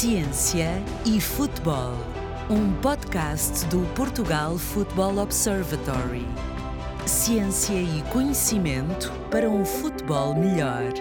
Ciência e Futebol, um podcast do Portugal Football Observatory. Ciência e conhecimento para um futebol melhor.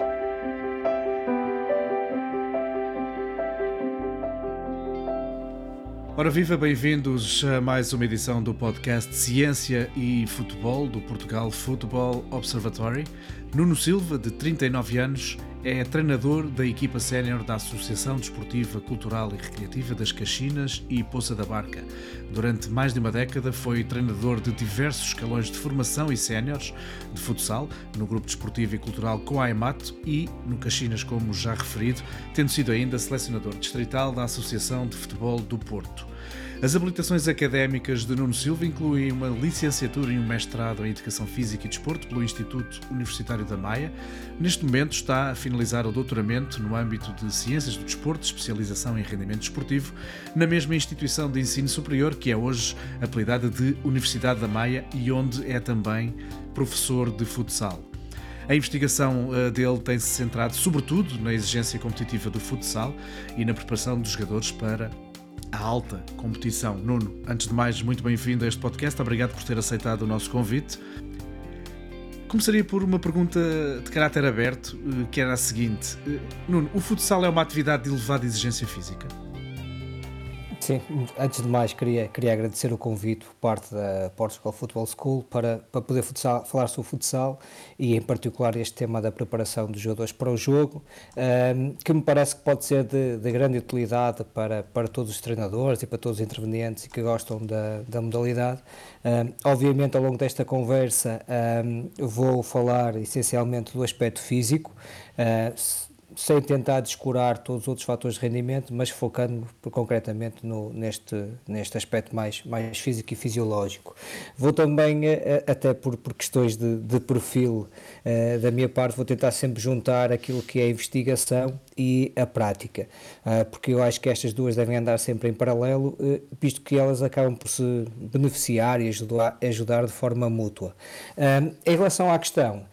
Ora viva, bem-vindos a mais uma edição do podcast Ciência e Futebol do Portugal Football Observatory. Nuno Silva, de 39 anos, é treinador da equipa sénior da Associação Desportiva, Cultural e Recreativa das Caxinas e Poça da Barca. Durante mais de uma década foi treinador de diversos escalões de formação e séniores de futsal, no grupo desportivo e cultural Coaimato e no Caxinas, como já referido, tendo sido ainda selecionador distrital da Associação de Futebol do Porto. As habilitações académicas de Nuno Silva incluem uma licenciatura e um mestrado em Educação Física e Desporto pelo Instituto Universitário da Maia. Neste momento está a finalizar o doutoramento no âmbito de Ciências do Desporto, especialização em rendimento desportivo, na mesma instituição de ensino superior que é hoje apelidada de Universidade da Maia e onde é também professor de futsal. A investigação dele tem-se centrado sobretudo na exigência competitiva do futsal e na preparação dos jogadores para a alta competição. Nuno, antes de mais, muito bem-vindo a este podcast. Obrigado por ter aceitado o nosso convite. Começaria por uma pergunta de caráter aberto, que era a seguinte. Nuno, o futsal é uma atividade de elevada exigência física? Sim, antes de mais queria agradecer o convite por parte da Portugal Football School para poder falar sobre o futsal e em particular este tema da preparação dos jogadores para o jogo, que me parece que pode ser de grande utilidade para todos os treinadores e para todos os intervenientes que gostam da modalidade. Obviamente ao longo desta conversa vou falar essencialmente do aspecto físico, sem tentar descurar todos os outros fatores de rendimento, mas focando concretamente neste aspecto mais físico e fisiológico. Vou também, até por questões de perfil da minha parte, vou tentar sempre juntar aquilo que é a investigação e a prática, porque eu acho que estas duas devem andar sempre em paralelo, visto que elas acabam por se beneficiar e ajudar de forma mútua. Em relação à questão,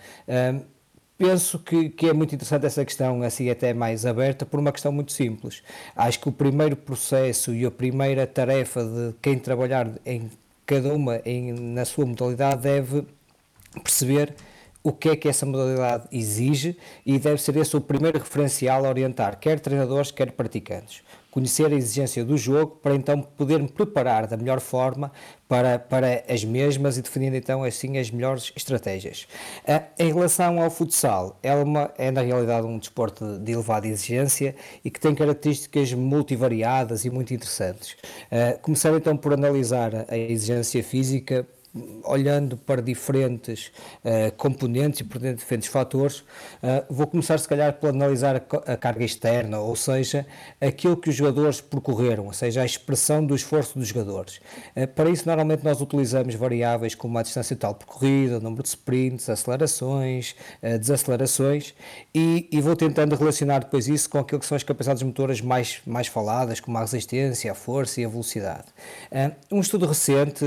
penso que é muito interessante essa questão, assim até mais aberta, por uma questão muito simples. Acho que o primeiro processo e a primeira tarefa de quem trabalhar em cada uma na sua modalidade deve perceber o que é que essa modalidade exige e deve ser esse o primeiro referencial a orientar quer treinadores, quer praticantes. Conhecer a exigência do jogo para então poder me preparar da melhor forma para as mesmas e definir então assim as melhores estratégias. Em relação ao futsal, é na realidade um desporto de elevada exigência e que tem características multivariadas e muito interessantes. Começar então por analisar a exigência física, olhando para diferentes componentes e por diferentes fatores. Vou começar se calhar por analisar a carga externa, ou seja, aquilo que os jogadores percorreram, ou seja, a expressão do esforço dos jogadores. Para isso normalmente nós utilizamos variáveis como a distância total percorrida, o número de sprints, acelerações, desacelerações e vou tentando relacionar depois isso com aquilo que são as capacidades motoras mais faladas, como a resistência, a força e a velocidade. Um estudo recente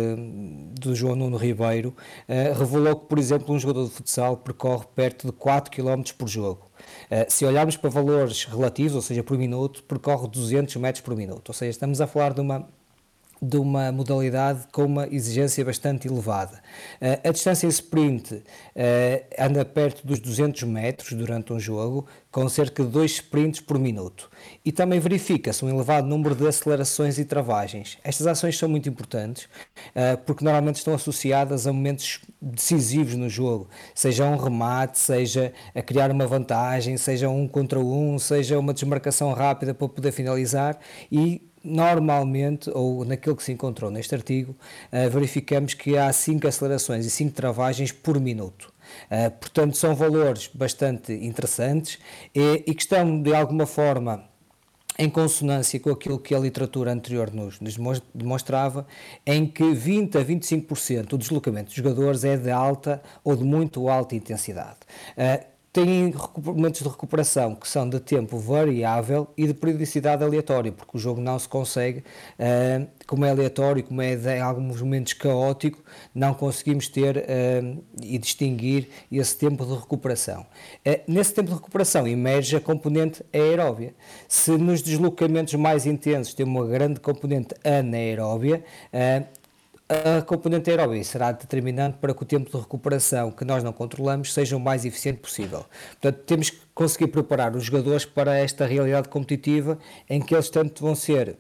do João Nuno Ribeiro revelou que, por exemplo, um jogador de futsal percorre perto de 4 km por jogo. Se olharmos para valores relativos, ou seja, por minuto, percorre 200 metros por minuto. Ou seja, estamos a falar de uma modalidade com uma exigência bastante elevada. A distância em sprint anda perto dos 200 metros durante um jogo, com cerca de 2 sprints por minuto. E também verifica-se um elevado número de acelerações e travagens. Estas ações são muito importantes, porque normalmente estão associadas a momentos decisivos no jogo, seja um remate, seja a criar uma vantagem, seja um contra um, seja uma desmarcação rápida para poder finalizar e normalmente, ou naquilo que se encontrou neste artigo, verificamos que há 5 acelerações e 5 travagens por minuto. Portanto, são valores bastante interessantes e que estão, de alguma forma, em consonância com aquilo que a literatura anterior nos demonstrava, em que 20 a 25% do deslocamento dos jogadores é de alta ou de muito alta intensidade. têm momentos de recuperação que são de tempo variável e de periodicidade aleatória, porque o jogo não se consegue, como é aleatório, como é em alguns momentos caótico, não conseguimos ter e distinguir esse tempo de recuperação. Nesse tempo de recuperação emerge a componente aeróbia. Se nos deslocamentos mais intensos tem uma grande componente anaeróbia, a componente aeróbica será determinante para que o tempo de recuperação que nós não controlamos seja o mais eficiente possível. Portanto, temos que conseguir preparar os jogadores para esta realidade competitiva em que eles tanto vão ser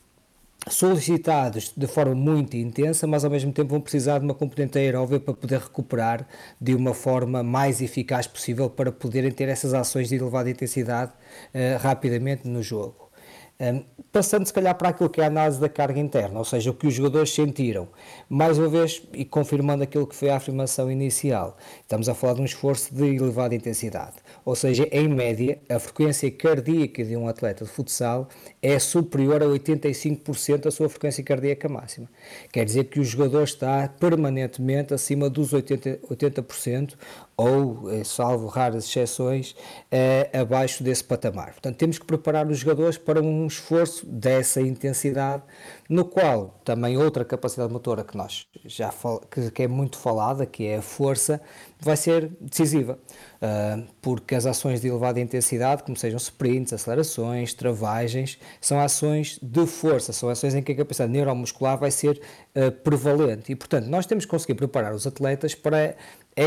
solicitados de forma muito intensa, mas ao mesmo tempo vão precisar de uma componente aeróbica para poder recuperar de uma forma mais eficaz possível para poderem ter essas ações de elevada intensidade rapidamente no jogo. Passando se calhar para aquilo que é a análise da carga interna, ou seja, o que os jogadores sentiram, mais uma vez, e confirmando aquilo que foi a afirmação inicial, estamos a falar de um esforço de elevada intensidade, ou seja, em média, a frequência cardíaca de um atleta de futsal é superior a 85% da sua frequência cardíaca máxima. Quer dizer que o jogador está permanentemente acima dos 80% ou, salvo raras exceções, abaixo desse patamar. Portanto, temos que preparar os jogadores para um esforço dessa intensidade, no qual também outra capacidade motora que nós que é muito falada, que é a força, vai ser decisiva, porque as ações de elevada intensidade, como sejam sprints, acelerações, travagens, são ações de força, são ações em que a capacidade neuromuscular vai ser prevalente e, portanto, nós temos que conseguir preparar os atletas para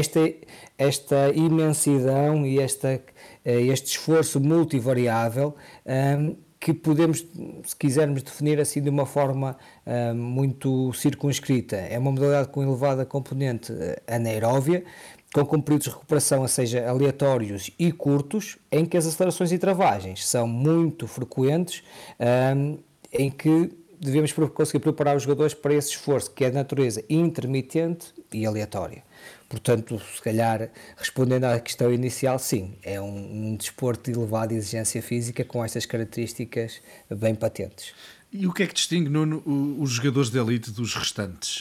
esta imensidão e este esforço multivariável que podemos, se quisermos definir assim de uma forma muito circunscrita. É uma modalidade com elevada componente anaeróbia, com períodos de recuperação, ou seja, aleatórios e curtos, em que as acelerações e travagens são muito frequentes, em que devemos conseguir preparar os jogadores para esse esforço, que é de natureza intermitente e aleatória. Portanto, se calhar, respondendo à questão inicial, sim, é um desporto de elevada exigência física com estas características bem patentes. E o que é que distingue, Nuno, os jogadores de elite dos restantes?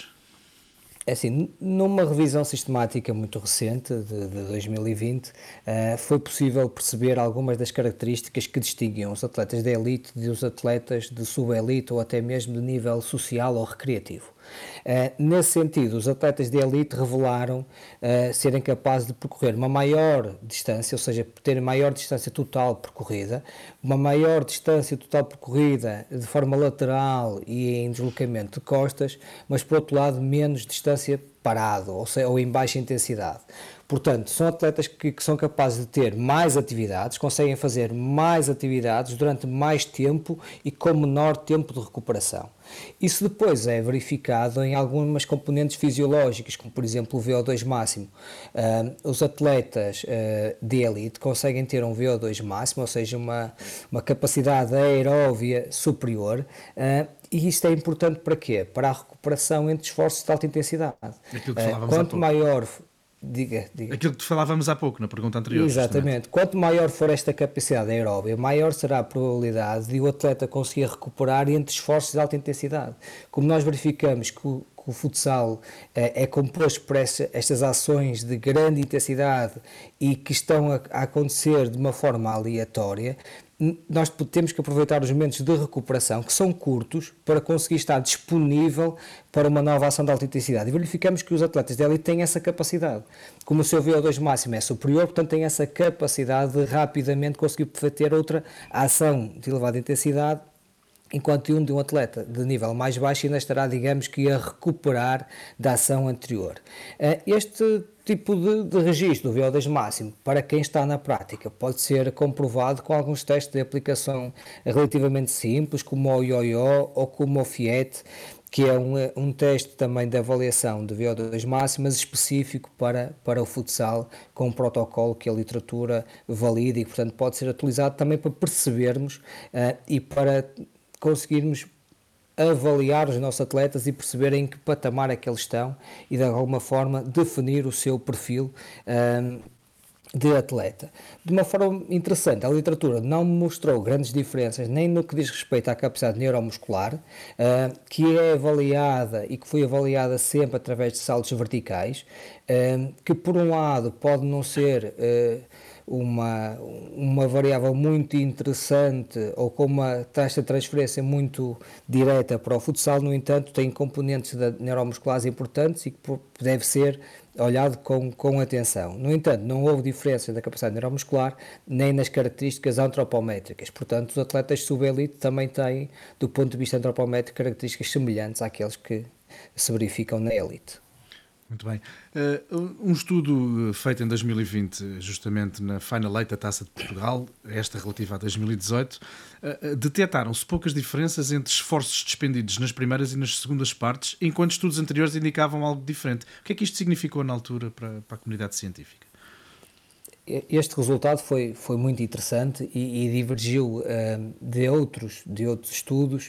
É assim, numa revisão sistemática muito recente, de 2020, foi possível perceber algumas das características que distinguiam os atletas de elite dos atletas de subelite ou até mesmo de nível social ou recreativo. Nesse sentido, os atletas de elite revelaram serem capazes de percorrer uma maior distância, ou seja, terem maior distância total percorrida, uma maior distância total percorrida de forma lateral e em deslocamento de costas, mas por outro lado menos distância parado, ou em baixa intensidade. Portanto, são atletas que são capazes de ter mais atividades, conseguem fazer mais atividades durante mais tempo e com menor tempo de recuperação. Isso depois é verificado em algumas componentes fisiológicas, como por exemplo o VO2 máximo. Os atletas de elite conseguem ter um VO2 máximo, ou seja, uma capacidade aeróbia superior, e isto é importante para quê? Para a recuperação entre esforços de alta intensidade. Aquilo que falávamos Quanto há pouco. maior... Diga. Aquilo que falávamos há pouco na pergunta anterior. Exatamente. Justamente. Quanto maior for esta capacidade aeróbia, maior será a probabilidade de o atleta conseguir recuperar entre esforços de alta intensidade. Como nós verificamos que o futsal é composto por estas ações de grande intensidade e que estão a acontecer de uma forma aleatória, nós temos que aproveitar os momentos de recuperação, que são curtos, para conseguir estar disponível para uma nova ação de alta intensidade. E verificamos que os atletas de elite têm essa capacidade. Como o seu VO2 máximo é superior, portanto têm essa capacidade de rapidamente conseguir ter outra ação de elevada intensidade, enquanto de um atleta de nível mais baixo ainda estará, digamos que, a recuperar da ação anterior. Este tipo de registro do VO2 máximo, para quem está na prática, pode ser comprovado com alguns testes de aplicação relativamente simples, como o Yo-Yo ou como o FIET, que é um teste também de avaliação de VO2 máximo, mas específico para o futsal, com um protocolo que a literatura valida e, portanto, pode ser utilizado também para percebermos e para conseguirmos avaliar os nossos atletas e perceber em que patamar é que eles estão e de alguma forma definir o seu perfil de atleta. De uma forma interessante, a literatura não mostrou grandes diferenças nem no que diz respeito à capacidade neuromuscular, que é avaliada e que foi avaliada sempre através de saltos verticais, que por um lado pode não ser uma variável muito interessante ou com uma taxa de transferência muito direta para o futsal. No entanto, tem componentes neuromusculares importantes e que deve ser olhado com atenção. No entanto, não houve diferença da capacidade neuromuscular nem nas características antropométricas. Portanto, os atletas sub-elite também têm, do ponto de vista antropométrico, características semelhantes àqueles que se verificam na elite. Muito bem. Um estudo feito em 2020, justamente na Final Eight da Taça de Portugal, esta relativa a 2018, detectaram-se poucas diferenças entre esforços despendidos nas primeiras e nas segundas partes, enquanto estudos anteriores indicavam algo diferente. O que é que isto significou na altura para a comunidade científica? Este resultado foi muito interessante e divergiu de outros estudos.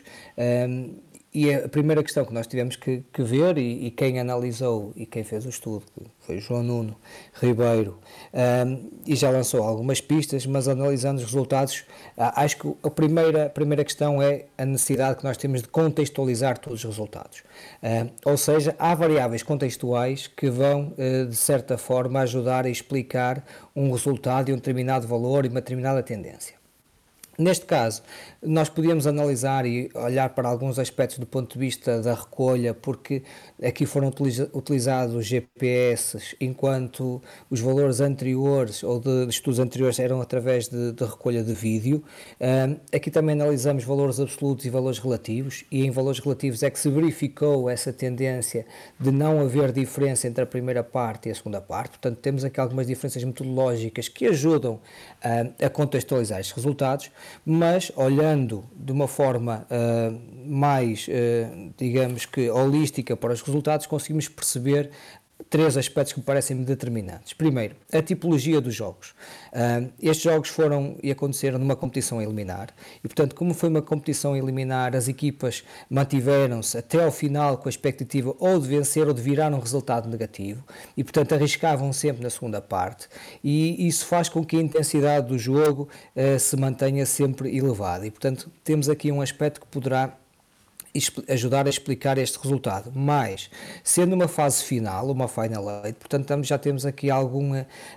E a primeira questão que nós tivemos que ver, e quem analisou e quem fez o estudo, foi João Nuno Ribeiro, e já lançou algumas pistas, mas analisando os resultados, acho que a primeira questão é a necessidade que nós temos de contextualizar todos os resultados. Ou seja, há variáveis contextuais que vão, de certa forma, ajudar a explicar um resultado e um determinado valor e uma determinada tendência. Neste caso, nós podíamos analisar e olhar para alguns aspectos do ponto de vista da recolha, porque aqui foram utilizados GPS, enquanto os valores anteriores ou de estudos anteriores eram através de recolha de vídeo. Aqui também analisamos valores absolutos e valores relativos, e em valores relativos é que se verificou essa tendência de não haver diferença entre a primeira parte e a segunda parte. Portanto, temos aqui algumas diferenças metodológicas que ajudam a contextualizar estes resultados. Mas olhando de uma forma mais, digamos que holística para os resultados, conseguimos perceber três aspectos que me parecem determinantes. Primeiro, a tipologia dos jogos. Estes jogos foram e aconteceram numa competição eliminar e, portanto, como foi uma competição eliminar, as equipas mantiveram-se até ao final com a expectativa ou de vencer ou de virar um resultado negativo e, portanto, arriscavam sempre na segunda parte, e isso faz com que a intensidade do jogo se mantenha sempre elevada e, portanto, temos aqui um aspecto que poderá ajudar a explicar este resultado. Mas, sendo uma fase final, uma Final Eight, portanto já temos aqui algum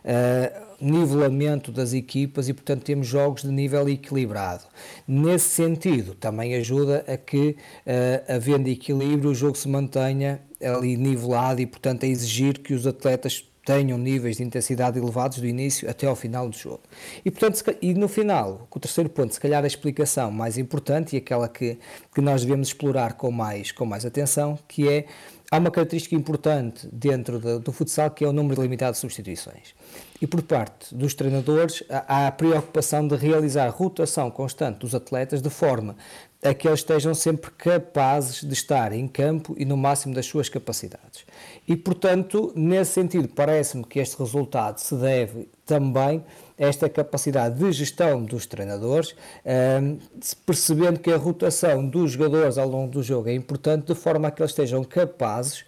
nivelamento das equipas e, portanto, temos jogos de nível equilibrado. Nesse sentido, também ajuda a que, havendo equilíbrio, o jogo se mantenha ali nivelado e, portanto, a exigir que os atletas tenham níveis de intensidade elevados do início até ao final do jogo. E, portanto, e no final, o terceiro ponto, se calhar a explicação mais importante e aquela que nós devemos explorar com mais atenção, que é, há uma característica importante dentro do futsal, que é o número limitado de substituições. E por parte dos treinadores há a preocupação de realizar rotação constante dos atletas de forma a que eles estejam sempre capazes de estar em campo e no máximo das suas capacidades. E, portanto, nesse sentido, parece-me que este resultado se deve também a esta capacidade de gestão dos treinadores, percebendo que a rotação dos jogadores ao longo do jogo é importante, de forma a que eles estejam capazes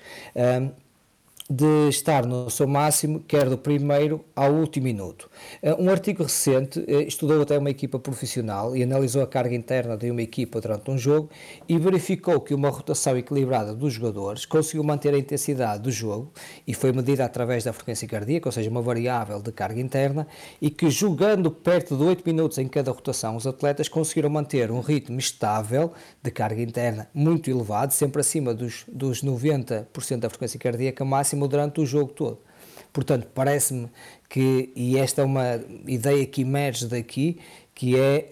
de estar no seu máximo, quer do primeiro ao último minuto. Um artigo recente estudou até uma equipa profissional e analisou a carga interna de uma equipa durante um jogo e verificou que uma rotação equilibrada dos jogadores conseguiu manter a intensidade do jogo, e foi medida através da frequência cardíaca, ou seja, uma variável de carga interna, e que, jogando perto de 8 minutos em cada rotação, os atletas conseguiram manter um ritmo estável de carga interna muito elevado, sempre acima dos 90% da frequência cardíaca máxima durante o jogo todo. Portanto, parece-me que, e esta é uma ideia que emerge daqui, que é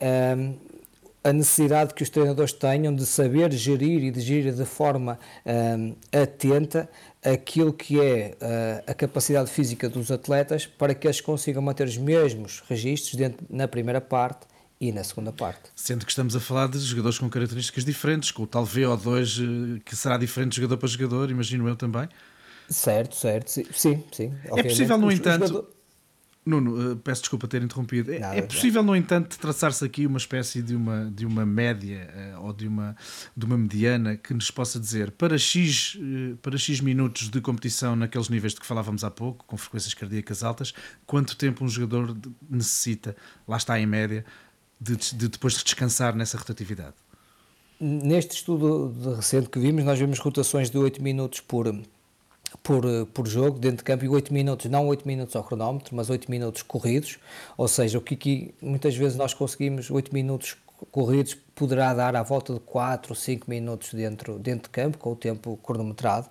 a necessidade que os treinadores tenham de saber gerir e de gerir de forma atenta aquilo que é a capacidade física dos atletas, para que eles consigam manter os mesmos registros na primeira parte e na segunda parte. Sendo que estamos a falar de jogadores com características diferentes, com o tal VO2 que será diferente de jogador para jogador, imagino eu também. Certo, sim. É possível, no entanto... Nuno, peço desculpa ter interrompido. É possível, no entanto, traçar-se aqui uma espécie de uma média ou de uma mediana que nos possa dizer, para X minutos de competição naqueles níveis de que falávamos há pouco, com frequências cardíacas altas, quanto tempo um jogador necessita, lá está em média, de depois de descansar nessa rotatividade? Neste estudo recente que vimos, nós vimos rotações de 8 minutos por jogo, dentro de campo, e 8 minutos, não 8 minutos ao cronómetro, mas 8 minutos corridos, ou seja, o que aqui muitas vezes nós conseguimos 8 minutos corridos poderá dar à volta de 4 ou 5 minutos dentro de campo, com o tempo cronometrado,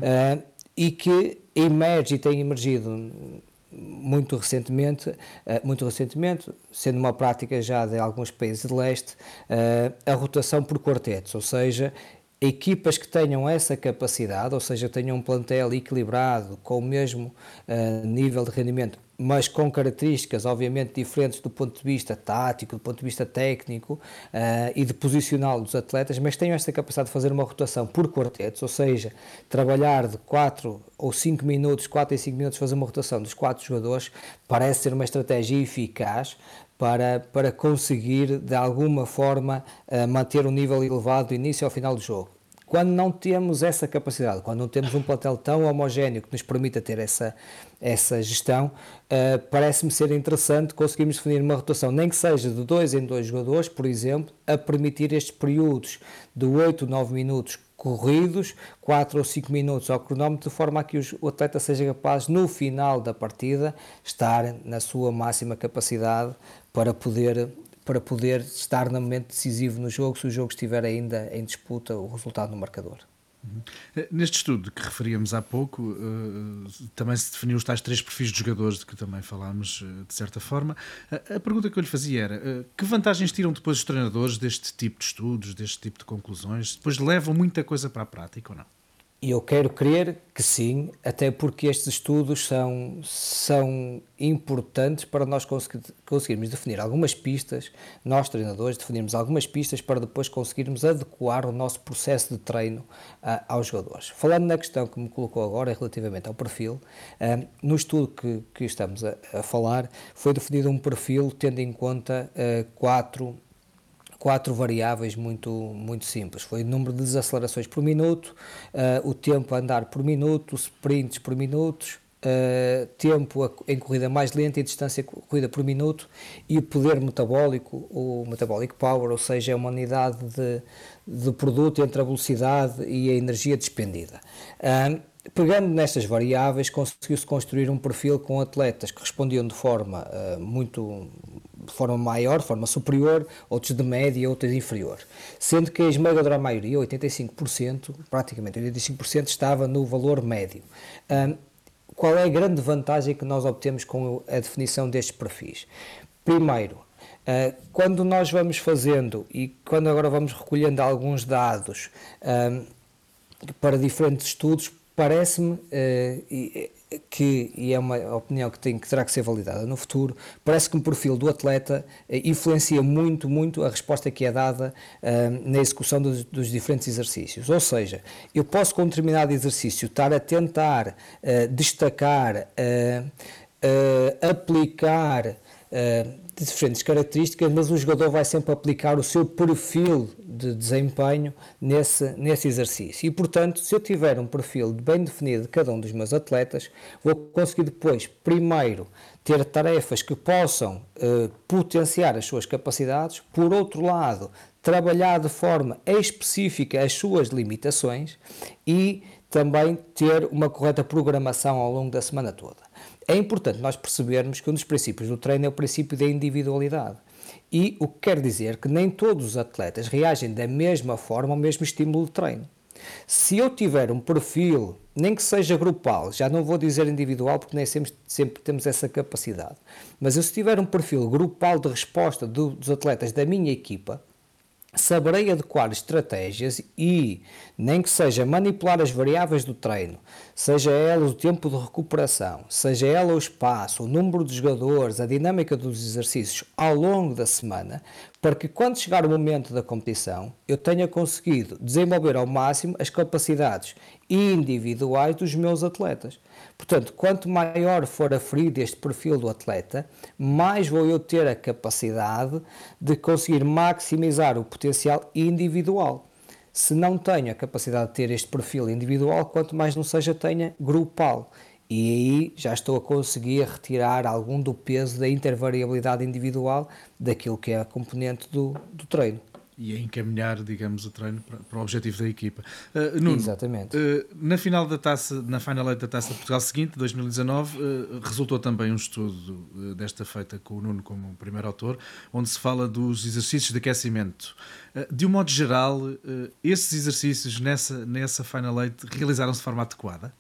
e que emerge e tem emergido muito recentemente, sendo uma prática já de alguns países de leste, a rotação por quartetos, ou seja, equipas que tenham essa capacidade, ou seja, tenham um plantel equilibrado, com o mesmo nível de rendimento, mas com características obviamente diferentes do ponto de vista tático, do ponto de vista técnico e de posicional dos atletas, mas tenham esta capacidade de fazer uma rotação por quartetos, ou seja, trabalhar de 4 ou 5 minutos, 4 e 5 minutos, fazer uma rotação dos 4 jogadores, parece ser uma estratégia eficaz para conseguir, de alguma forma, manter um nível elevado do início ao final do jogo. Quando não temos essa capacidade, quando não temos um plantel tão homogéneo que nos permita ter essa gestão, parece-me ser interessante conseguirmos definir uma rotação, nem que seja de 2 em 2 jogadores, por exemplo, a permitir estes períodos de 8, 9 minutos corridos, 4 ou 5 minutos ao cronómetro, de forma a que o atleta seja capaz, no final da partida, estar na sua máxima capacidade para poder estar no momento decisivo no jogo, se o jogo estiver ainda em disputa, o resultado no marcador. Neste estudo que referíamos há pouco, também se definiu os tais 3 perfis de jogadores de que também falámos, de certa forma. A pergunta que eu lhe fazia era, que vantagens tiram depois os treinadores deste tipo de estudos, deste tipo de conclusões? Depois levam muita coisa para a prática ou não? E eu quero crer que sim, até porque estes estudos são importantes para nós conseguirmos definir algumas pistas, nós treinadores definirmos algumas pistas para depois conseguirmos adequar o nosso processo de treino aos jogadores. Falando na questão que me colocou agora relativamente ao perfil, no estudo que estamos a falar, foi definido um perfil tendo em conta quatro variáveis muito simples. Foi o número de desacelerações por minuto, o tempo a andar por minuto, sprints por minuto, tempo em corrida mais lenta e distância corrida por minuto, e o poder metabólico, o metabolic power, ou seja, é uma unidade de produto entre a velocidade e a energia despendida. Pegando nestas variáveis, conseguiu-se construir um perfil com atletas que respondiam de forma maior, de forma superior, outros de média, outros de inferior. Sendo que a esmagadora maioria, 85%, praticamente 85%, estava no valor médio. Qual é a grande vantagem que nós obtemos com a definição destes perfis? Primeiro, quando nós vamos fazendo e quando agora vamos recolhendo alguns dados para diferentes estudos, parece-me e é uma opinião que terá que ser validada no futuro, parece que o perfil do atleta influencia muito a resposta que é dada na execução dos diferentes exercícios. Ou seja, eu posso com um determinado exercício estar a tentar destacar, aplicar diferentes características, mas o jogador vai sempre aplicar o seu perfil de desempenho nesse exercício. E, portanto, se eu tiver um perfil bem definido de cada um dos meus atletas, vou conseguir depois, primeiro, ter tarefas que possam potenciar as suas capacidades, por outro lado, trabalhar de forma específica as suas limitações e também ter uma correta programação ao longo da semana toda. É importante nós percebermos que um dos princípios do treino é o princípio da individualidade. E o que quer dizer que nem todos os atletas reagem da mesma forma ao mesmo estímulo de treino. Se eu tiver um perfil, nem que seja grupal, já não vou dizer individual porque nem sempre temos essa capacidade, mas se tiver um perfil grupal de resposta dos atletas da minha equipa, saberei adequar estratégias e, nem que seja manipular as variáveis do treino, seja ela o tempo de recuperação, seja ela o espaço, o número de jogadores, a dinâmica dos exercícios ao longo da semana, para que quando chegar o momento da competição, eu tenha conseguido desenvolver ao máximo as capacidades individuais dos meus atletas. Portanto, quanto maior for aferido este perfil do atleta, mais vou eu ter a capacidade de conseguir maximizar o potencial individual. Se não tenho a capacidade de ter este perfil individual, quanto mais não seja tenha grupal. E aí já estou a conseguir retirar algum do peso da intervariabilidade individual daquilo que é a componente do treino. e a encaminhar, digamos, o treino para o objetivo da equipa. Nuno, Exatamente. Na Final Eight da Taça de Portugal seguinte, 2019, resultou também um estudo desta feita com o Nuno como primeiro autor, onde se fala dos exercícios de aquecimento. De um modo geral, esses exercícios nessa Final Eight realizaram-se de forma adequada?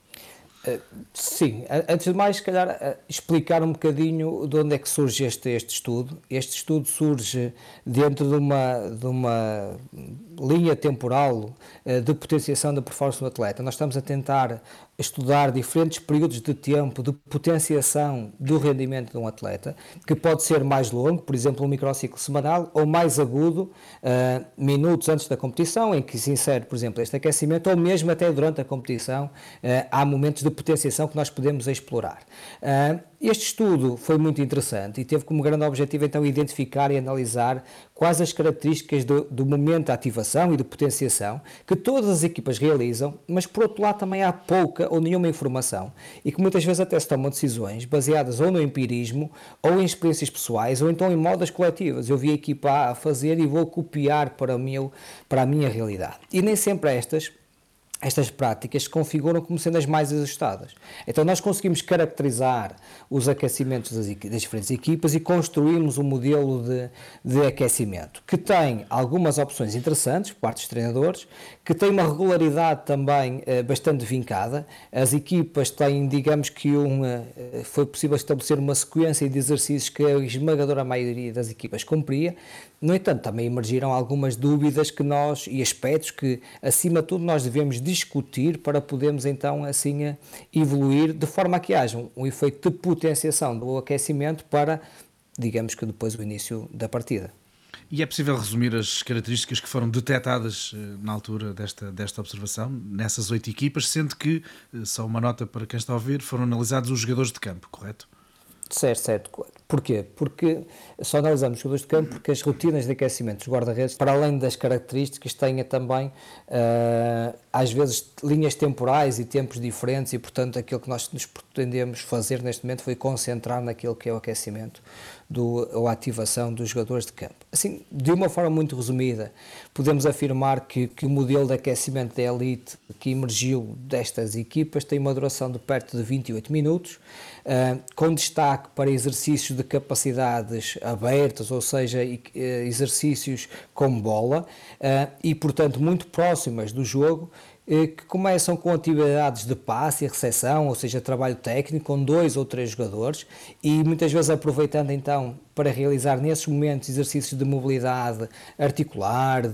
Sim, antes de mais, se calhar, explicar um bocadinho de onde é que surge este estudo. Este estudo surge dentro de uma linha temporal de potenciação da performance do atleta. Nós estamos a tentar estudar diferentes períodos de tempo de potenciação do rendimento de um atleta, que pode ser mais longo, por exemplo, um microciclo semanal, ou mais agudo, minutos antes da competição, em que se insere, por exemplo, este aquecimento, ou mesmo até durante a competição, há momentos de potenciação que nós podemos explorar. Este estudo foi muito interessante e teve como grande objetivo então identificar e analisar quais as características do momento de ativação e de potenciação que todas as equipas realizam, mas por outro lado também há pouca ou nenhuma informação e que muitas vezes até se tomam decisões baseadas ou no empirismo ou em experiências pessoais ou então em modas coletivas. Eu vi a equipa A a fazer e vou copiar para a minha realidade. E nem sempre estas práticas se configuram como sendo as mais ajustadas. Então nós conseguimos caracterizar os aquecimentos das diferentes equipas e construímos um modelo de aquecimento que tem algumas opções interessantes por parte dos treinadores, que tem uma regularidade também bastante vincada. As equipas têm, digamos que foi possível estabelecer uma sequência de exercícios que a esmagadora maioria das equipas cumpria. No entanto, também emergiram algumas dúvidas e aspectos que, acima de tudo, nós devemos discutir para podermos, então, assim, evoluir de forma a que haja um efeito de potenciação do aquecimento para, digamos que depois o início da partida. E é possível resumir as características que foram detectadas na altura desta observação, nessas 8 equipas, sendo que, só uma nota para quem está a ouvir, foram analisados os jogadores de campo, correto? Certo. Porquê? Porque só analisamos os jogadores de campo porque as rotinas de aquecimento dos guarda-redes, para além das características, têm também, às vezes, linhas temporais e tempos diferentes e, portanto, aquilo que nós nos pretendemos fazer neste momento foi concentrar naquilo que é o aquecimento ou a ativação dos jogadores de campo. Assim, de uma forma muito resumida, podemos afirmar que o modelo de aquecimento da elite que emergiu destas equipas tem uma duração de perto de 28 minutos, com destaque para exercícios de capacidades abertas, ou seja, exercícios com bola, e, portanto, muito próximas do jogo, que começam com atividades de passe e recepção, ou seja, trabalho técnico com 2 ou 3 jogadores e muitas vezes aproveitando então para realizar nesses momentos exercícios de mobilidade articular,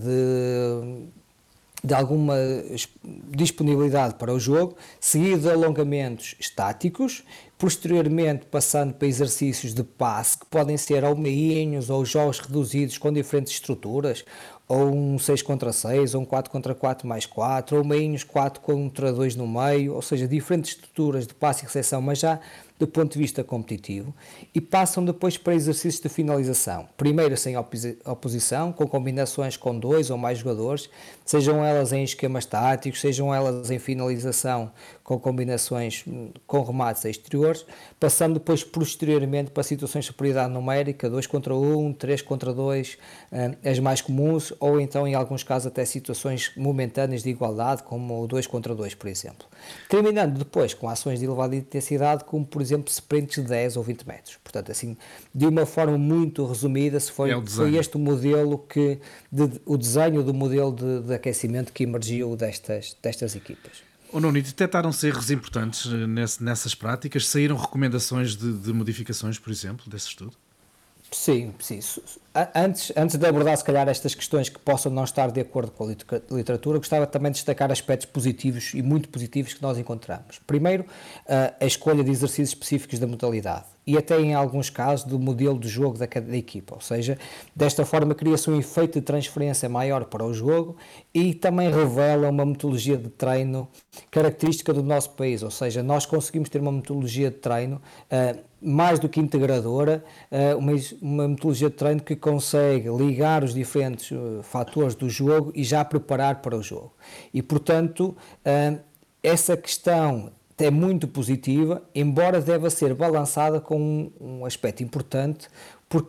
de alguma disponibilidade para o jogo, seguido de alongamentos estáticos, posteriormente passando para exercícios de passe que podem ser ou meinhos ou jogos reduzidos com diferentes estruturas, ou um 6 contra 6, ou um 4 contra 4 mais 4, ou meinhos 4 contra 2 no meio, ou seja, diferentes estruturas de passe e recepção, mas já do ponto de vista competitivo, e passam depois para exercícios de finalização. Primeiro sem oposição, com combinações com 2 ou mais jogadores, sejam elas em esquemas táticos, sejam elas em finalização com combinações com remates exteriores, passando depois posteriormente para situações de superioridade numérica, 2 contra 1, 3 contra 2, as mais comuns, ou então em alguns casos até situações momentâneas de igualdade, como o 2 contra 2, por exemplo. Terminando depois com ações de elevada intensidade, como por exemplo sprints de 10 ou 20 metros. Portanto, assim, de uma forma muito resumida, foi este o modelo o desenho do modelo de aquecimento que emergiu destas equipas. Nuno, e detectaram-se erros importantes nessas práticas? Saíram recomendações de modificações, por exemplo, desse estudo? Sim. Antes de abordar, se calhar, estas questões que possam não estar de acordo com a literatura, gostava também de destacar aspectos positivos e muito positivos que nós encontramos. Primeiro, a escolha de exercícios específicos da modalidade e até em alguns casos do modelo de jogo da equipa, ou seja, desta forma cria-se um efeito de transferência maior para o jogo e também revela uma metodologia de treino característica do nosso país, ou seja, nós conseguimos ter uma metodologia de treino mais do que integradora, uma metodologia de treino que consegue ligar os diferentes fatores do jogo e já preparar para o jogo. E, portanto, essa questão é muito positiva, embora deva ser balançada com um aspecto importante. Porquê?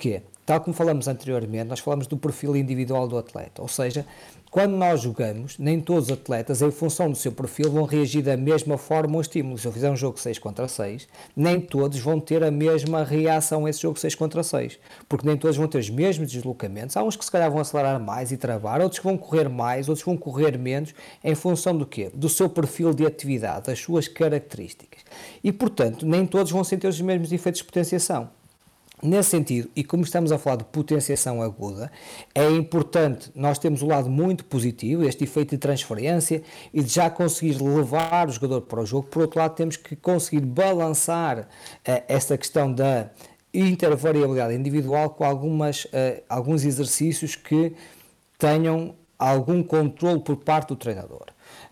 tal como falamos anteriormente, nós falamos do perfil individual do atleta, ou seja, quando nós jogamos, nem todos os atletas, em função do seu perfil, vão reagir da mesma forma ao estímulo. Se eu fizer um jogo 6 contra 6, nem todos vão ter a mesma reação a esse jogo 6 contra 6, porque nem todos vão ter os mesmos deslocamentos. Há uns que se calhar vão acelerar mais e travar, outros que vão correr mais, outros vão correr menos, em função do quê? Do seu perfil de atividade, das suas características. E, portanto, nem todos vão sentir os mesmos efeitos de potenciação. Nesse sentido, e como estamos a falar de potenciação aguda, é importante nós termos o lado muito positivo, este efeito de transferência e de já conseguir levar o jogador para o jogo. Por outro lado, temos que conseguir balançar esta questão da intervariabilidade individual com alguns exercícios que tenham algum controle por parte do treinador.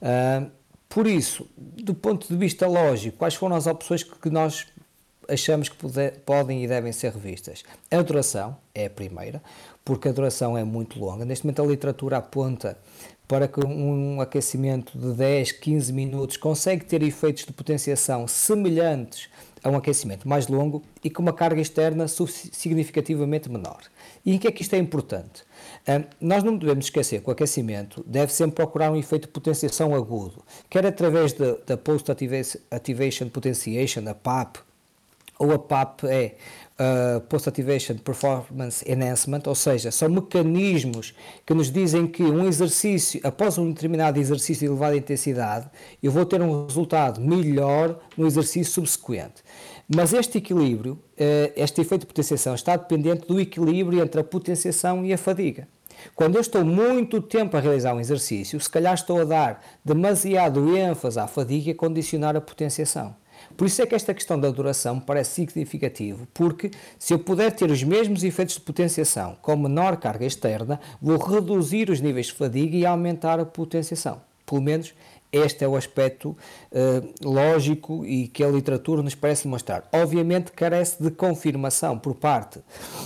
Por isso, do ponto de vista lógico, quais foram as opções que nós achamos que podem e devem ser revistas? A duração é a primeira, porque a duração é muito longa. Neste momento a literatura aponta para que um aquecimento de 10, 15 minutos consegue ter efeitos de potenciação semelhantes a um aquecimento mais longo e com uma carga externa significativamente menor. E em que é que isto é importante? Nós não devemos esquecer que o aquecimento deve sempre procurar um efeito de potenciação agudo, quer através da Post-Activation Potentiation, a PAP, ou a PAP é Post-Activation Performance Enhancement, ou seja, são mecanismos que nos dizem que um exercício, após um determinado exercício de elevada intensidade, eu vou ter um resultado melhor no exercício subsequente. Mas este equilíbrio, este efeito de potenciação, está dependente do equilíbrio entre a potenciação e a fadiga. Quando eu estou muito tempo a realizar um exercício, se calhar estou a dar demasiado ênfase à fadiga e a condicionar a potenciação. Por isso é que esta questão da duração me parece significativo, porque se eu puder ter os mesmos efeitos de potenciação com menor carga externa, vou reduzir os níveis de fadiga e aumentar a potenciação. Pelo menos este é o aspecto lógico e que a literatura nos parece demonstrar. Obviamente carece de confirmação por parte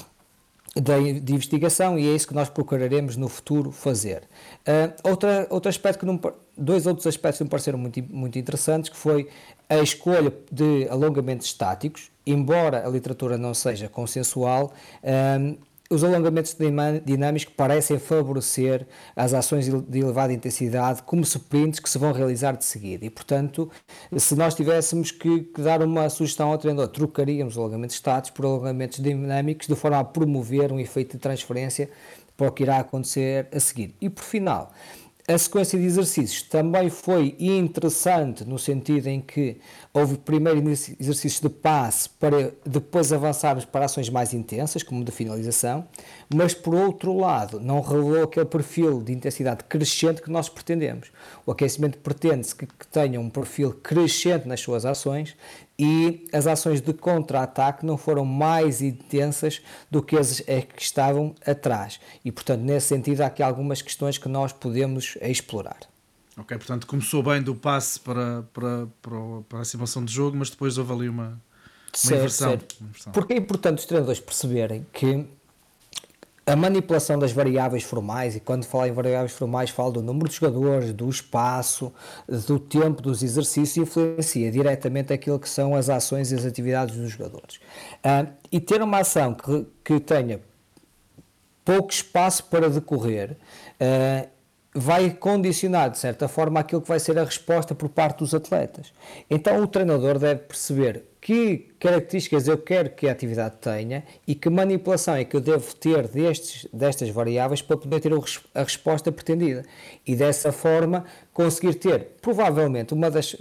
de investigação e é isso que nós procuraremos no futuro fazer. Outro aspecto dois outros aspectos que me pareceram muito interessantes, que foi a escolha de alongamentos estáticos, embora a literatura não seja consensual, os alongamentos dinâmicos parecem favorecer as ações de elevada intensidade, como sprints que se vão realizar de seguida. E, portanto, se nós tivéssemos que dar uma sugestão ao treinador, trocaríamos alongamentos estáticos por alongamentos dinâmicos, de forma a promover um efeito de transferência para o que irá acontecer a seguir. E, por final, a sequência de exercícios também foi interessante no sentido em que houve primeiro exercícios de passe para depois avançarmos para ações mais intensas, como de finalização, mas por outro lado não revelou aquele perfil de intensidade crescente que nós pretendemos. O aquecimento pretende-se que tenha um perfil crescente nas suas ações e as ações de contra-ataque não foram mais intensas do que as que estavam atrás. E, portanto, nesse sentido, há aqui algumas questões que nós podemos explorar. Ok, portanto, começou bem do passe para a simulação de jogo, mas depois houve ali uma inversão. Porque é importante os treinadores perceberem que a manipulação das variáveis formais, e quando falo em variáveis formais falo do número de jogadores, do espaço, do tempo dos exercícios, influencia diretamente aquilo que são as ações e as atividades dos jogadores. E ter uma ação que tenha pouco espaço para decorrer vai condicionar, de certa forma, aquilo que vai ser a resposta por parte dos atletas. Então o treinador deve perceber que características eu quero que a atividade tenha e que manipulação é que eu devo ter destas variáveis para poder ter a resposta pretendida. E dessa forma conseguir ter, provavelmente,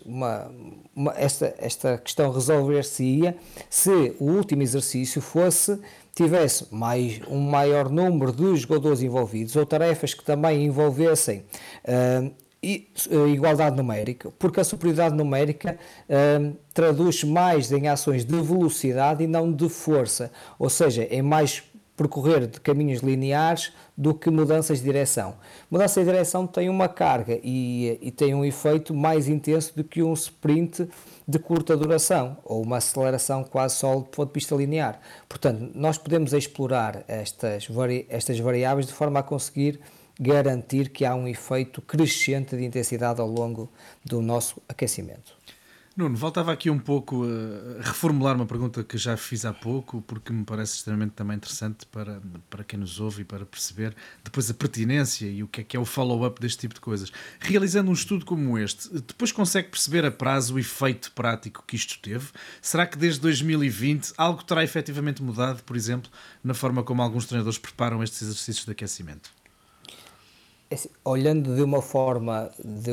esta questão resolver-se-ia se o último exercício tivesse um maior número de jogadores envolvidos ou tarefas que também envolvessem igualdade numérica, porque a superioridade numérica traduz mais em ações de velocidade e não de força, ou seja, é mais percorrer de caminhos lineares do que mudanças de direção. Mudança de direção tem uma carga e tem um efeito mais intenso do que um sprint de curta duração ou uma aceleração quase só do ponto de vista linear. Portanto, nós podemos explorar estas variáveis de forma a conseguir garantir que há um efeito crescente de intensidade ao longo do nosso aquecimento. Nuno, voltava aqui um pouco a reformular uma pergunta que já fiz há pouco, porque me parece extremamente também interessante para quem nos ouve e para perceber depois a pertinência e o que é o follow-up deste tipo de coisas. Realizando um estudo como este, depois consegue perceber a prazo o efeito prático que isto teve? Será que desde 2020 algo terá efetivamente mudado, por exemplo, na forma como alguns treinadores preparam estes exercícios de aquecimento? Olhando de uma forma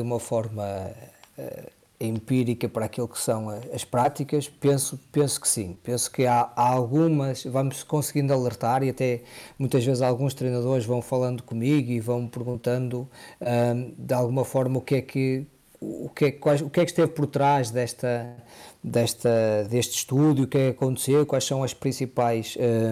empírica para aquilo que são as práticas, penso que sim. Penso que há algumas, vamos conseguindo alertar, e até muitas vezes alguns treinadores vão falando comigo e vão me perguntando de alguma forma o que é que esteve por trás deste estudo, o que é que aconteceu, quais são as principais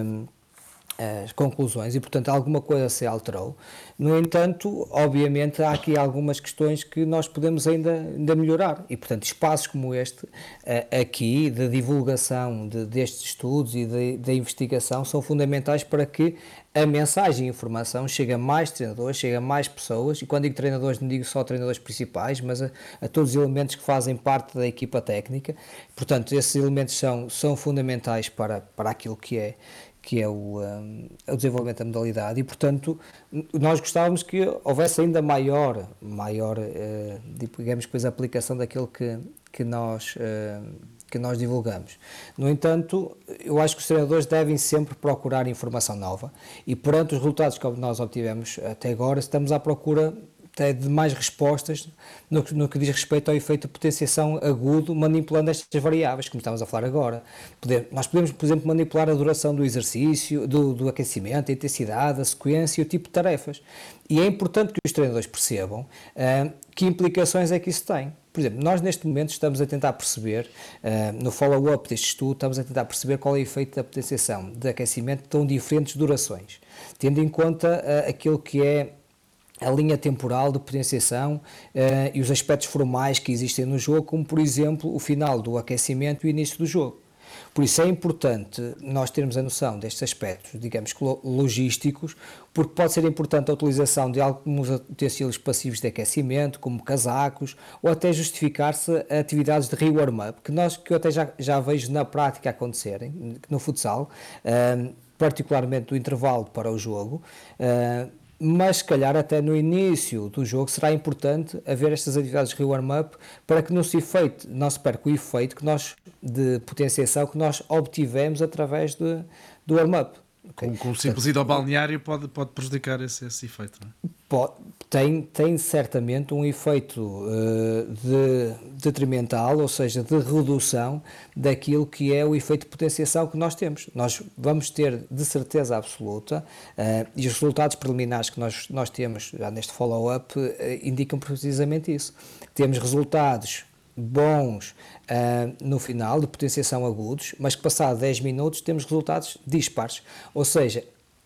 as conclusões, e portanto alguma coisa se alterou. No entanto, obviamente há aqui algumas questões que nós podemos ainda melhorar, e portanto espaços como este aqui de divulgação destes estudos e de investigação são fundamentais para que a mensagem e a informação chegue a mais treinadores, chegue a mais pessoas, e quando digo treinadores não digo só treinadores principais, mas a todos os elementos que fazem parte da equipa técnica. Portanto, esses elementos são fundamentais para aquilo que é o desenvolvimento da modalidade, e portanto nós gostávamos que houvesse ainda maior digamos, depois a aplicação daquilo que nós divulgamos. No entanto, eu acho que os treinadores devem sempre procurar informação nova, e perante os resultados que nós obtivemos até agora, estamos à procura até de mais respostas no que diz respeito ao efeito de potenciação agudo, manipulando estas variáveis, como estamos a falar agora. Nós podemos, por exemplo, manipular a duração do exercício, do aquecimento, a intensidade, a sequência e o tipo de tarefas. E é importante que os treinadores percebam que implicações é que isso tem. Por exemplo, nós neste momento estamos a tentar perceber, no follow-up deste estudo, estamos a tentar perceber qual é o efeito da potenciação de aquecimento de tão diferentes durações, tendo em conta aquilo que é a linha temporal de potenciação e os aspectos formais que existem no jogo, como por exemplo o final do aquecimento e o início do jogo. Por isso é importante nós termos a noção destes aspectos, digamos que logísticos, porque pode ser importante a utilização de alguns utensílios passivos de aquecimento, como casacos, ou até justificar-se atividades de re-warm-up, que eu até já vejo na prática acontecerem, no futsal, particularmente do intervalo para o jogo, mas se calhar até no início do jogo será importante haver estas atividades de warm-up para que não se perca o efeito de potenciação que nós obtivemos através do warm-up. Okay? Com o simples ir ao balneário pode prejudicar esse efeito, não é? Tem certamente um efeito detrimental, ou seja, de redução daquilo que é o efeito de potenciação que nós temos. Nós vamos ter de certeza absoluta, e os resultados preliminares que nós temos já neste follow-up indicam precisamente isso. Temos resultados bons no final, de potenciação agudos, mas que passado 10 minutos temos resultados dispares, ou seja,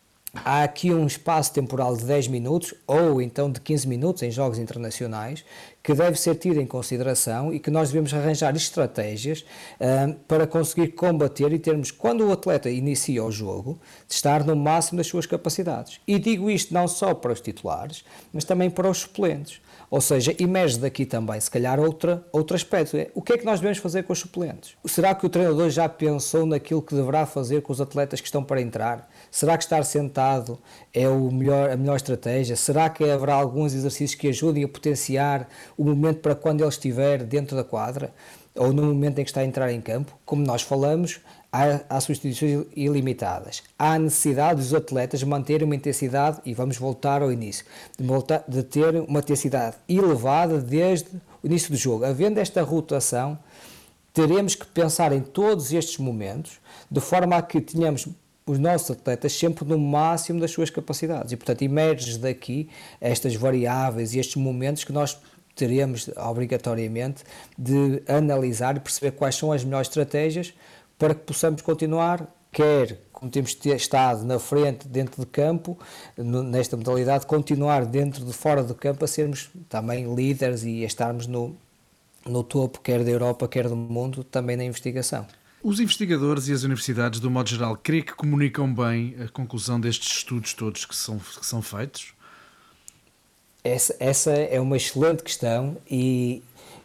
há aqui um espaço temporal de 10 minutos ou então de 15 minutos em jogos internacionais que deve ser tido em consideração e que nós devemos arranjar estratégias para conseguir combater e termos, quando o atleta inicia o jogo, de estar no máximo das suas capacidades. E digo isto não só para os titulares, mas também para os suplentes. Ou seja, emerge daqui também, se calhar, outro aspecto. O que é que nós devemos fazer com os suplentes? Será que o treinador já pensou naquilo que deverá fazer com os atletas que estão para entrar? Será que estar sentado é a melhor estratégia? Será que haverá alguns exercícios que ajudem a potenciar o momento para quando ele estiver dentro da quadra? Ou no momento em que está a entrar em campo? Como nós falamos, há substituições ilimitadas. Há a necessidade dos atletas manterem uma intensidade, e vamos voltar ao início, de ter uma intensidade elevada desde o início do jogo. Havendo esta rotação, teremos que pensar em todos estes momentos, de forma a que tenhamos os nossos atletas sempre no máximo das suas capacidades. E, portanto, emerge daqui estas variáveis e estes momentos que nós teremos obrigatoriamente de analisar e perceber quais são as melhores estratégias para que possamos continuar, quer como temos estado na frente, dentro de campo, nesta modalidade, continuar dentro de fora do campo a sermos também líderes e a estarmos no topo, quer da Europa, quer do mundo, também na investigação. Os investigadores e as universidades, do modo geral, crê que comunicam bem a conclusão destes estudos todos que são feitos? Essa é uma excelente questão, e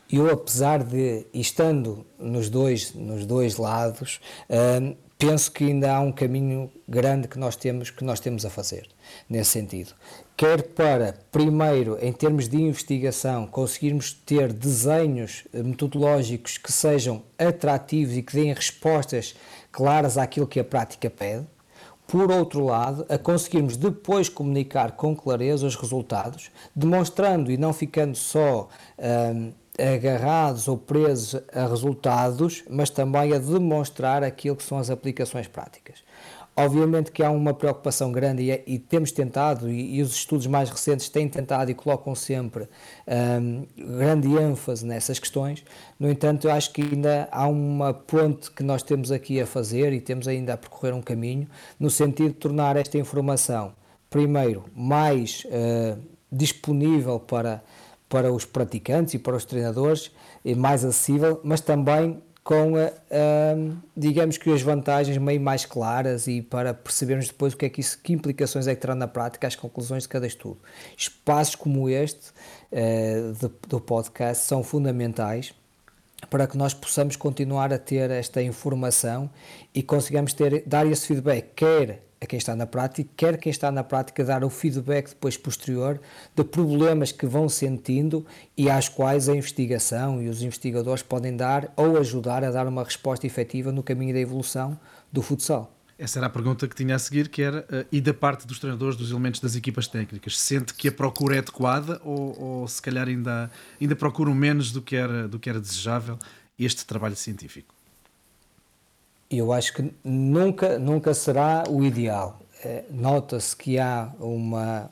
eu, apesar de, estando nos dois lados, penso que ainda há um caminho grande que nós temos a fazer, nesse sentido. Quer para, primeiro, em termos de investigação, conseguirmos ter desenhos metodológicos que sejam atrativos e que deem respostas claras àquilo que a prática pede. Por outro lado, a conseguirmos depois comunicar com clareza os resultados, demonstrando e não ficando só agarrados ou presos a resultados, mas também a demonstrar aquilo que são as aplicações práticas. Obviamente que há uma preocupação grande e temos tentado, e os estudos mais recentes têm tentado e colocam sempre grande ênfase nessas questões. No entanto, eu acho que ainda há uma ponte que nós temos aqui a fazer e temos ainda a percorrer um caminho, no sentido de tornar esta informação, primeiro, mais disponível para os praticantes e para os treinadores, mais acessível, mas também com, digamos que as vantagens meio mais claras e para percebermos depois que implicações é que terá na prática as conclusões de cada estudo. Espaços como este do podcast são fundamentais para que nós possamos continuar a ter esta informação e consigamos dar esse feedback, quer a quem está na prática, quer quem está na prática dar o feedback depois posterior de problemas que vão sentindo e às quais a investigação e os investigadores podem dar ou ajudar a dar uma resposta efetiva no caminho da evolução do futsal. Essa era a pergunta que tinha a seguir, que era, e da parte dos treinadores, dos elementos das equipas técnicas, sente que a procura é adequada ou se calhar ainda procuram menos do que era desejável este trabalho científico? Eu acho que nunca será o ideal. Nota-se que há uma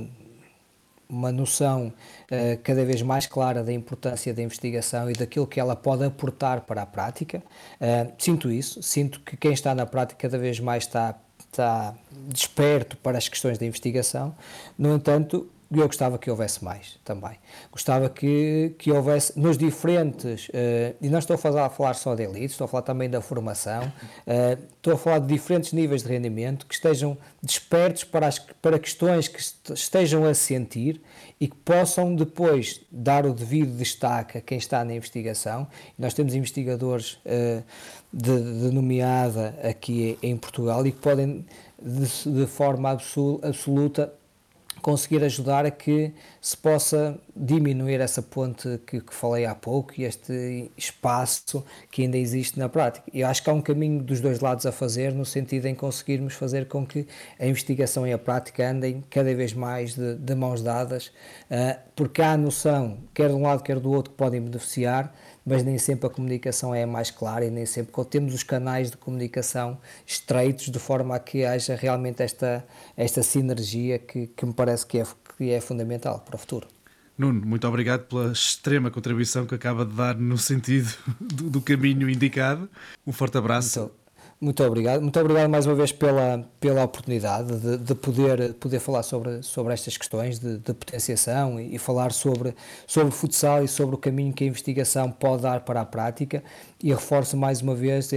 noção cada vez mais clara da importância da investigação e daquilo que ela pode aportar para a prática. Sinto que quem está na prática cada vez mais está desperto para as questões da investigação. No entanto, eu gostava que houvesse mais também. Gostava que houvesse nos diferentes, e não estou a falar só de elite, estou a falar também da formação, estou a falar de diferentes níveis de rendimento, que estejam despertos para questões que estejam a sentir e que possam depois dar o devido destaque a quem está na investigação. Nós temos investigadores de nomeada aqui em Portugal e que podem, de forma absoluta, conseguir ajudar a que se possa diminuir essa ponte que falei há pouco e este espaço que ainda existe na prática. Eu acho que há um caminho dos dois lados a fazer, no sentido em conseguirmos fazer com que a investigação e a prática andem cada vez mais de mãos dadas, porque há a noção, quer de um lado quer do outro, que podem beneficiar, mas nem sempre a comunicação é a mais clara e nem sempre temos os canais de comunicação estreitos, de forma a que haja realmente esta sinergia que me parece que é fundamental para o futuro. Nuno, muito obrigado pela extrema contribuição que acaba de dar no sentido do caminho indicado. Um forte abraço. Muito obrigado mais uma vez pela oportunidade de poder falar sobre estas questões de potenciação e falar sobre o futsal e sobre o caminho que a investigação pode dar para a prática, e reforço mais uma vez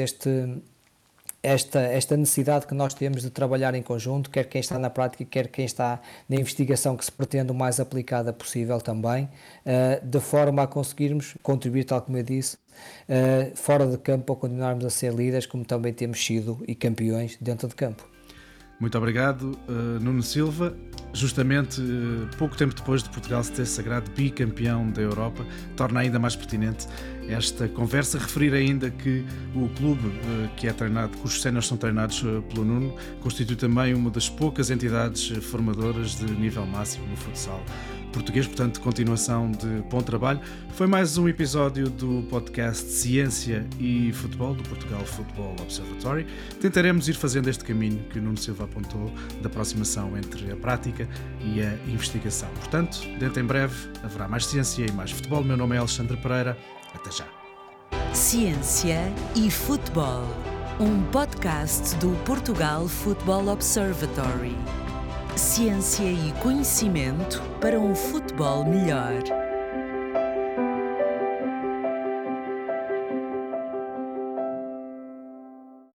esta necessidade que nós temos de trabalhar em conjunto, quer quem está na prática, quer quem está na investigação, que se pretende o mais aplicada possível também, de forma a conseguirmos contribuir, tal como eu disse, fora de campo, a continuarmos a ser líderes, como também temos sido, e campeões dentro de campo. Muito obrigado, Nuno Silva. Justamente pouco tempo depois de Portugal se ter sagrado bicampeão da Europa, torna ainda mais pertinente esta conversa. Referir ainda que o clube que é treinado, cujos séniores são treinados pelo Nuno, constitui também uma das poucas entidades formadoras de nível máximo no futsal português, portanto, continuação de bom trabalho. Foi mais um episódio do podcast Ciência e Futebol, do Portugal Football Observatory. Tentaremos ir fazendo este caminho que o Nuno Silva apontou, da aproximação entre a prática e a investigação. Portanto, dentro em breve, haverá mais ciência e mais futebol. Meu nome é Alexandre Pereira. Até já. Ciência e Futebol, um podcast do Portugal Football Observatory. Ciência e conhecimento para um futebol melhor.